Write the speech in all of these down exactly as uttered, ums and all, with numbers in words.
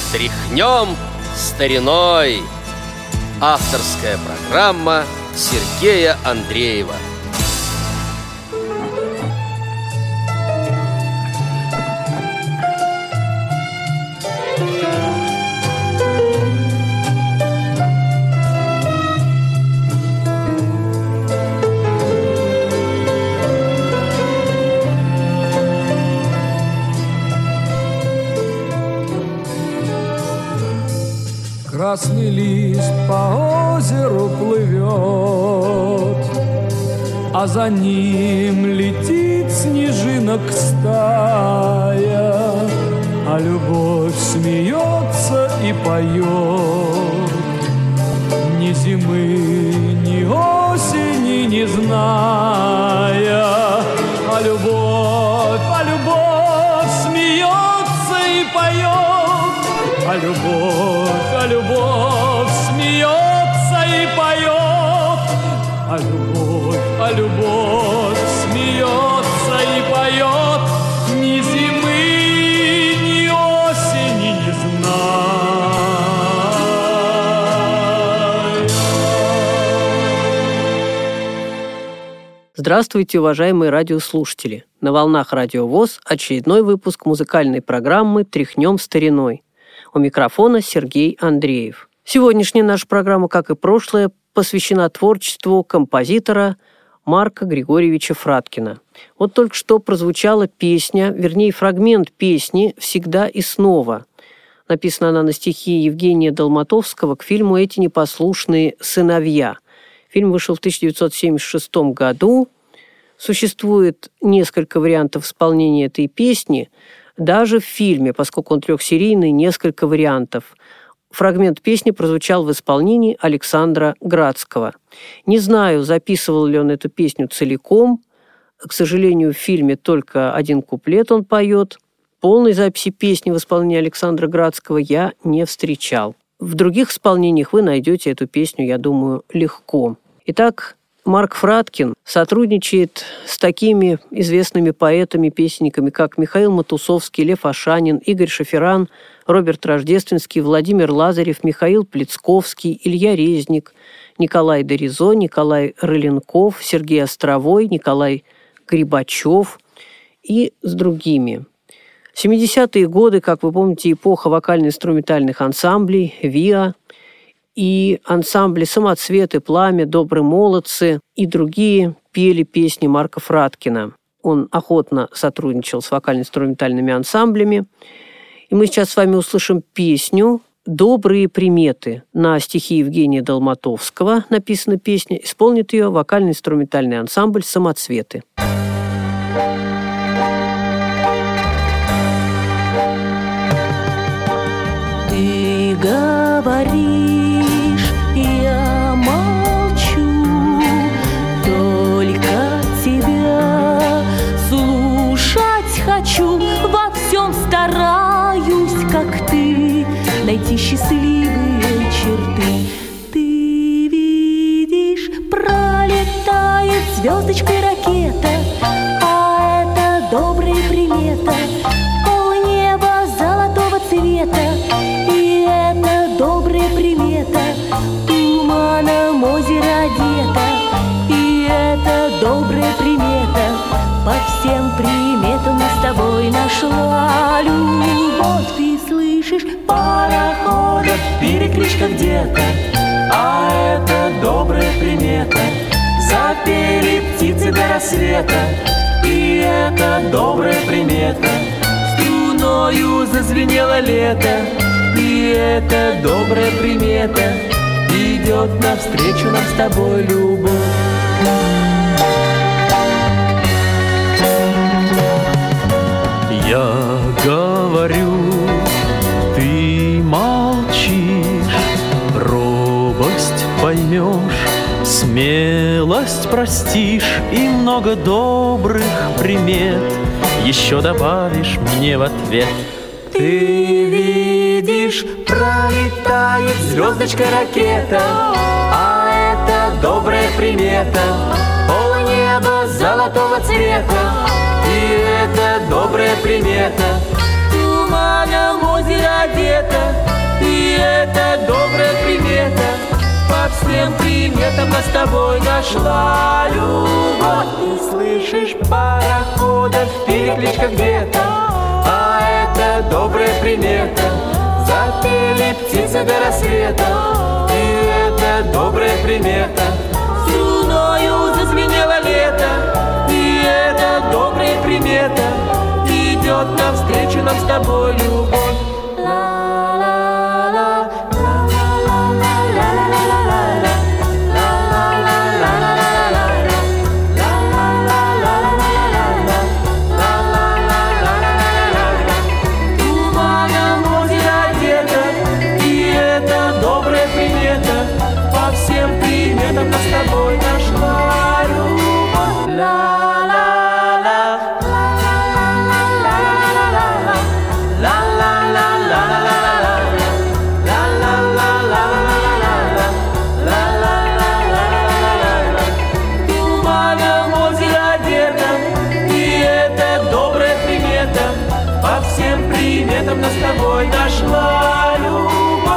Тряхнем стариной. Авторская программа Сергея Андреева. Красный лист по озеру плывет, а за ним летит снежинок стая, а любовь смеется и поет, ни зимы, ни осени не зная. А любовь, а любовь смеется и поет, а любовь, а любовь смеется и поет, а любовь, а любовь смеется и поет, ни зимы, ни осени не знает. Здравствуйте, уважаемые радиослушатели! На волнах Радио ВОС очередной выпуск музыкальной программы «Тряхнем стариной». У микрофона Сергей Андреев. Сегодняшняя наша программа, как и прошлая, посвящена творчеству композитора Марка Григорьевича Фраткина. Вот только что прозвучала песня, вернее, фрагмент песни «Всегда и снова». Написана она на стихи Евгения Долматовского к фильму «Эти непослушные сыновья». Фильм вышел в тысяча девятьсот семьдесят шестом году. Существует несколько вариантов исполнения этой песни. Даже в фильме, поскольку он трехсерийный, несколько вариантов. Фрагмент песни прозвучал в исполнении Александра Градского. Не знаю, записывал ли он эту песню целиком. К сожалению, в фильме только один куплет он поет. Полной записи песни в исполнении Александра Градского я не встречал. В других исполнениях вы найдете эту песню, я думаю, легко. Итак, Марк Фраткин сотрудничает с такими известными поэтами-песенниками, как Михаил Матусовский, Лев Ашанин, Игорь Шаферан, Роберт Рождественский, Владимир Лазарев, Михаил Плецковский, Илья Резник, Николай Доризо, Николай Рыленков, Сергей Островой, Николай Грибачев и с другими. семидесятые годы, как вы помните, эпоха вокально-инструментальных ансамблей, ВИА, и ансамбли «Самоцветы», «Пламя», «Добрые молодцы» и другие пели песни Марка Фраткина. Он охотно сотрудничал с вокально-инструментальными ансамблями. И мы сейчас с вами услышим песню «Добрые приметы». На стихи Евгения Долматовского написана песня, исполнит ее вокально-инструментальный ансамбль «Самоцветы». Ты говоришь, я молчу, только тебя слушать хочу. Во всем стараюсь, как ты, найти счастливые черты. Ты видишь, пролетает звездочкой ракета, а это добрая примета. Полнеба золотого цвета, и это добрая примета. Туманом озеро одето, и это добрая примета. По всем приметам мы с тобой нашла любовь. Ты слышишь, пароходов перекличка где-то, а это добрая примета. Запели птицы до рассвета, и это добрая примета. Струною зазвенело лето, и это добрая примета. Идет навстречу нам с тобой любовь. Я говорю, ты молчишь, робость поймешь, смелость простишь и много добрых примет еще добавишь мне в ответ. Ты видишь, пролетает звездочка ракета, а это добрая примета. Полнеба золотого цвета, и это добрая примета. Туманом озере одета, и это добрая примета. По всем приметам нас с тобой нашла любовь. Ты слышишь парохода в перекличках где-то, а это добрая примета. Запели птицы до рассвета, и это добрая примета. Струною зазвенело лето, и это добрая примета. Идет навстречу нам с тобой любовь. Нас с тобой нашла любовь. Туманом озеро одета, и это добрая примета. По всем приметам нас с тобой нашла любовь.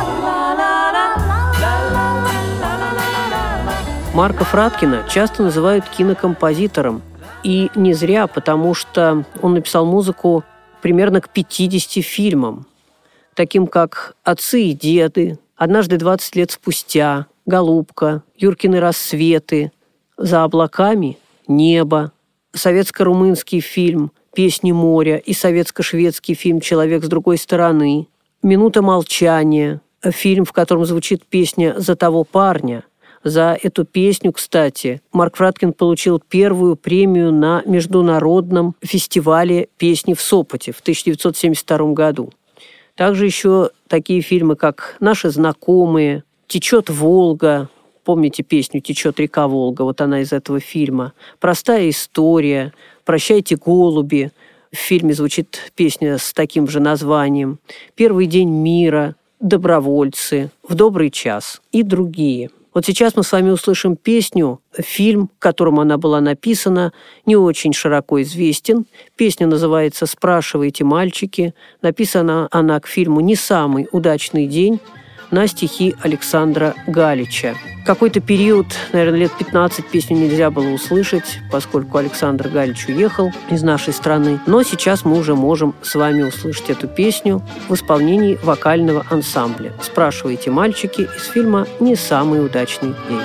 Марка Фраткина часто называют кинокомпозитором. И не зря, потому что он написал музыку примерно к пятидесяти фильмам, таким как «Отцы и деды», «Однажды двадцать лет спустя», «Голубка», «Юркины рассветы», «За облаками», «Небо», советско-румынский фильм «Песни моря» и советско-шведский фильм «Человек с другой стороны», «Минута молчания», фильм, в котором звучит песня «За того парня». За эту песню, кстати, Марк Фраткин получил первую премию на международном фестивале песни в Сопоте в тысяча девятьсот семьдесят втором году. Также еще такие фильмы, как «Наши знакомые», «Течет Волга». Помните песню «Течет река Волга»? Вот она из этого фильма. «Простая история», «Прощайте, голуби». В фильме звучит песня с таким же названием. «Первый день мира», «Добровольцы», «В добрый час» и другие. Вот сейчас мы с вами услышим песню. Фильм, которому она была написана, не очень широко известен. Песня называется «Спрашивайте, мальчики». Написана она к фильму «Не самый удачный день» на стихи Александра Галича. Какой-то период, наверное, лет пятнадцать песню нельзя было услышать, поскольку Александр Галич уехал из нашей страны. Но сейчас мы уже можем с вами услышать эту песню в исполнении вокального ансамбля. «Спрашивайте, мальчики» из фильма «Не самый удачный день».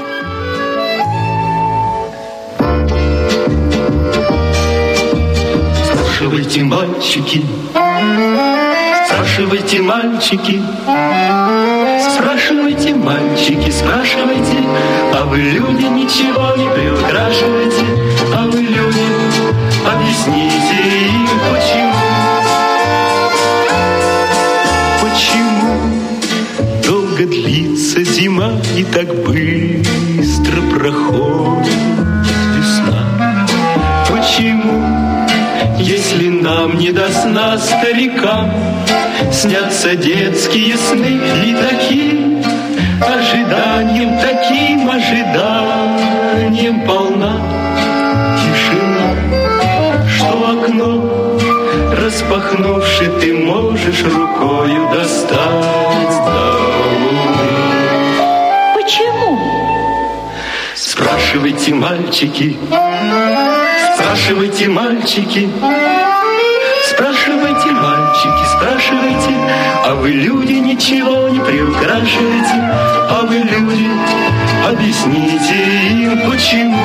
Спрашивайте, мальчики, спрашивайте, мальчики, спрашивайте, мальчики, спрашивайте, а вы, люди, ничего не приукрашивайте, а вы, люди, объясните им, почему, почему долго длится зима и так быстро проходит весна, почему, если нам не до сна, старикам, снятся детские сны и таким ожиданием, таким ожиданием полна тишина, что окно, распахнувши, ты можешь рукою достать до луны. Почему? Спрашивайте, мальчики, спрашивайте, мальчики, спрашивайте, мальчики, спрашивайте, а вы, люди, ничего не приукрашивайте, а вы, люди, объясните им, почему,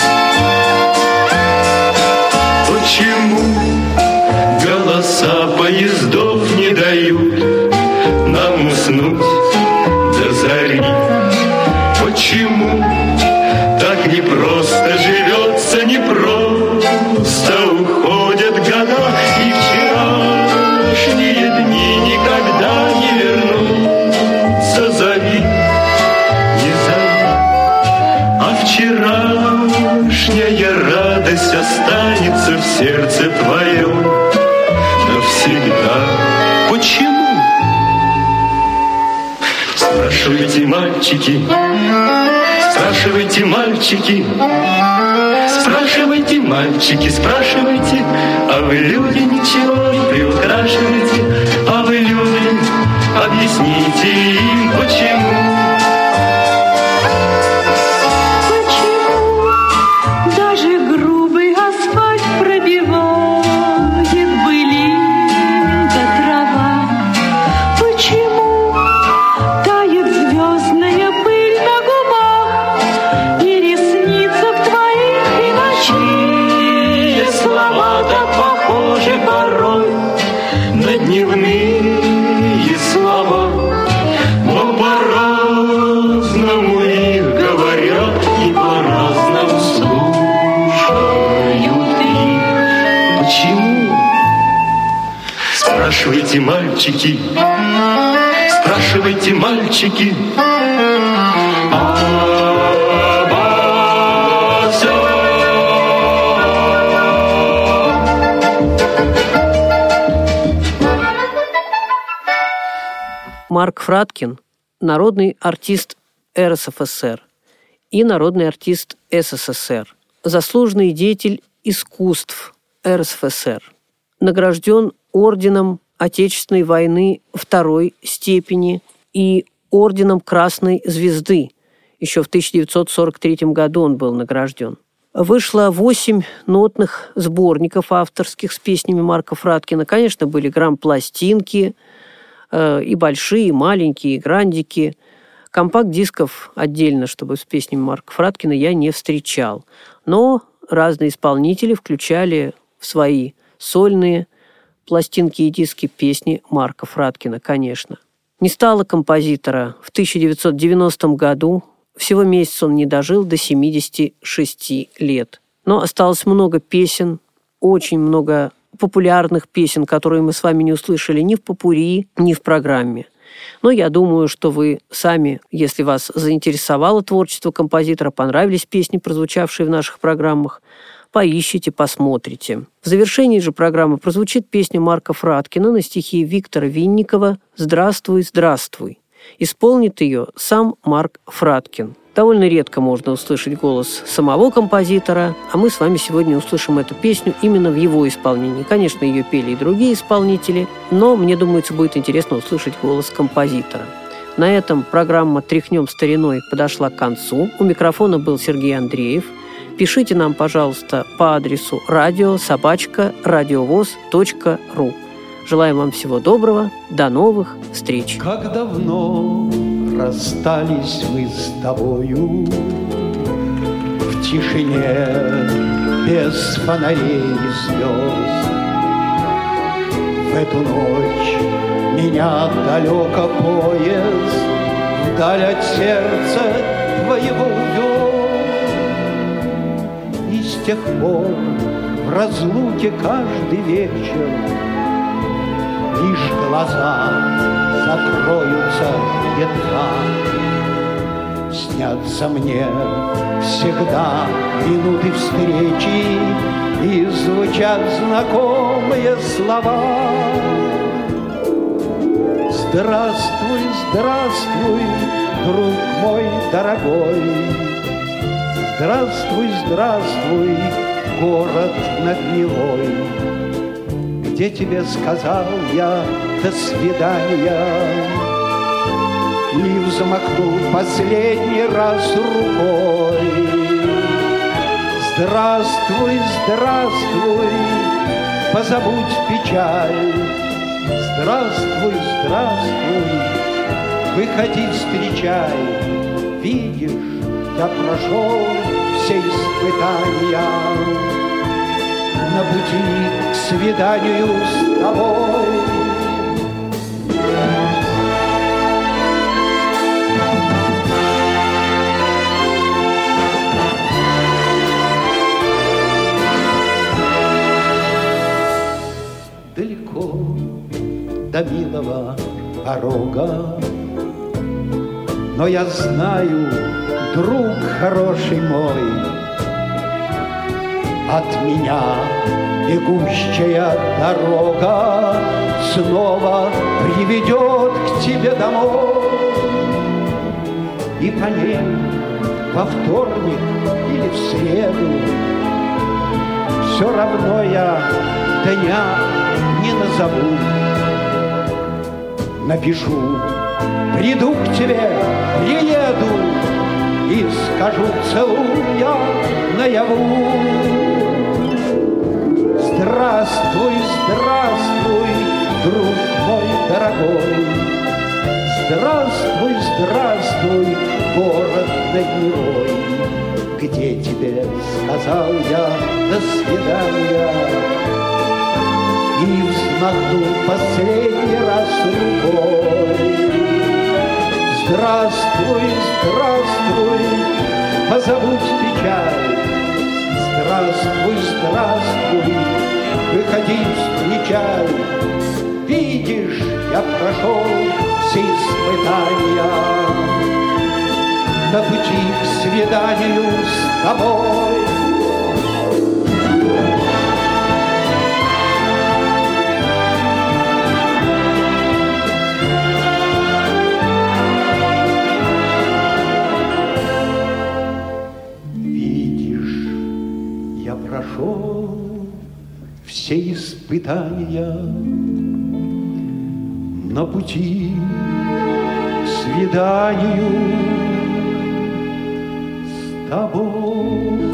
почему голоса поездов не дают нам уснуть до зари, почему так непросто живется, непросто уходят года, и вчерашние дни никогда не вернутся, зови, не зови, а вчерашняя радость останется в сердце твоем навсегда. Почему? Спрашивайте, мальчики, спрашивайте, мальчики, спрашивайте, мальчики, спрашивайте, а вы, люди, ничего не приукрашивайте, а вы, люди, Спрашивайте, мальчики, спрашивайте, мальчики, обо всем. Марк Фраткин – народный артист эр эс эф эс эр и народный артист эс эс эс эр, заслуженный деятель искусств эр эс эф эс эр, награжден орденом Отечественной войны второй степени и орденом Красной Звезды. Еще в тысяча девятьсот сорок третьем году он был награжден. Вышло восемь нотных сборников авторских с песнями Марка Фраткина. Конечно, были грамм-пластинки, э, и большие, и маленькие, и грандики. Компакт-дисков отдельно, чтобы с песнями Марка Фраткина, я не встречал. Но разные исполнители включали в свои сольные пластинки и диски песни Марка Фраткина, конечно. Не стало композитора в тысяча девятьсот девяностом году. Всего месяц он не дожил до семидесяти шести лет. Но осталось много песен, очень много популярных песен, которые мы с вами не услышали ни в попурри, ни в программе. Но я думаю, что вы сами, если вас заинтересовало творчество композитора, понравились песни, прозвучавшие в наших программах, поищите, посмотрите. В завершении же программы прозвучит песня Марка Фраткина на стихи Виктора Винникова «Здравствуй, здравствуй». Исполнит ее сам Марк Фраткин. Довольно редко можно услышать голос самого композитора, а мы с вами сегодня услышим эту песню именно в его исполнении. Конечно, ее пели и другие исполнители, но мне думается, будет интересно услышать голос композитора. На этом программа «Тряхнем стариной» подошла к концу. У микрофона был Сергей Андреев. Пишите нам, пожалуйста, по адресу радио собака радиовоз точка ру. Желаем вам всего доброго. До новых встреч. Как давно расстались мы с тобою в тишине без фонарей и звезд. В эту ночь меня далеко поезд вдаль от сердца твоего увез. И с тех пор в разлуке каждый вечер лишь глаза закроются едва. Снятся мне всегда минуты встречи, и звучат знакомые слова. Здравствуй, здравствуй, друг мой дорогой. Здравствуй, здравствуй, город над Невой, где тебе сказал я до свидания и взмахнул последний раз рукой. Здравствуй, здравствуй, позабудь печаль. Здравствуй, здравствуй, выходи, встречай. Видишь, я прошел все испытания на пути к свиданию с тобой. Далеко до милого порога, но я знаю, друг хороший мой, от меня бегущая дорога снова приведет к тебе домой. И по ней во вторник или в среду все равно я дня не назову. Напишу, приду к тебе, приеду и скажу, целуя наяву. Здравствуй, здравствуй, друг мой дорогой. Здравствуй, здравствуй, город над Невой, где тебе сказал я до свидания и взмахнул последний раз рукой. Здравствуй, здравствуй, позабудь печаль. Здравствуй, здравствуй, выходи, встречай. прошел все испытания на пути к свиданию с тобой. Видишь, я прошел все испытания на пути к свиданию с тобой.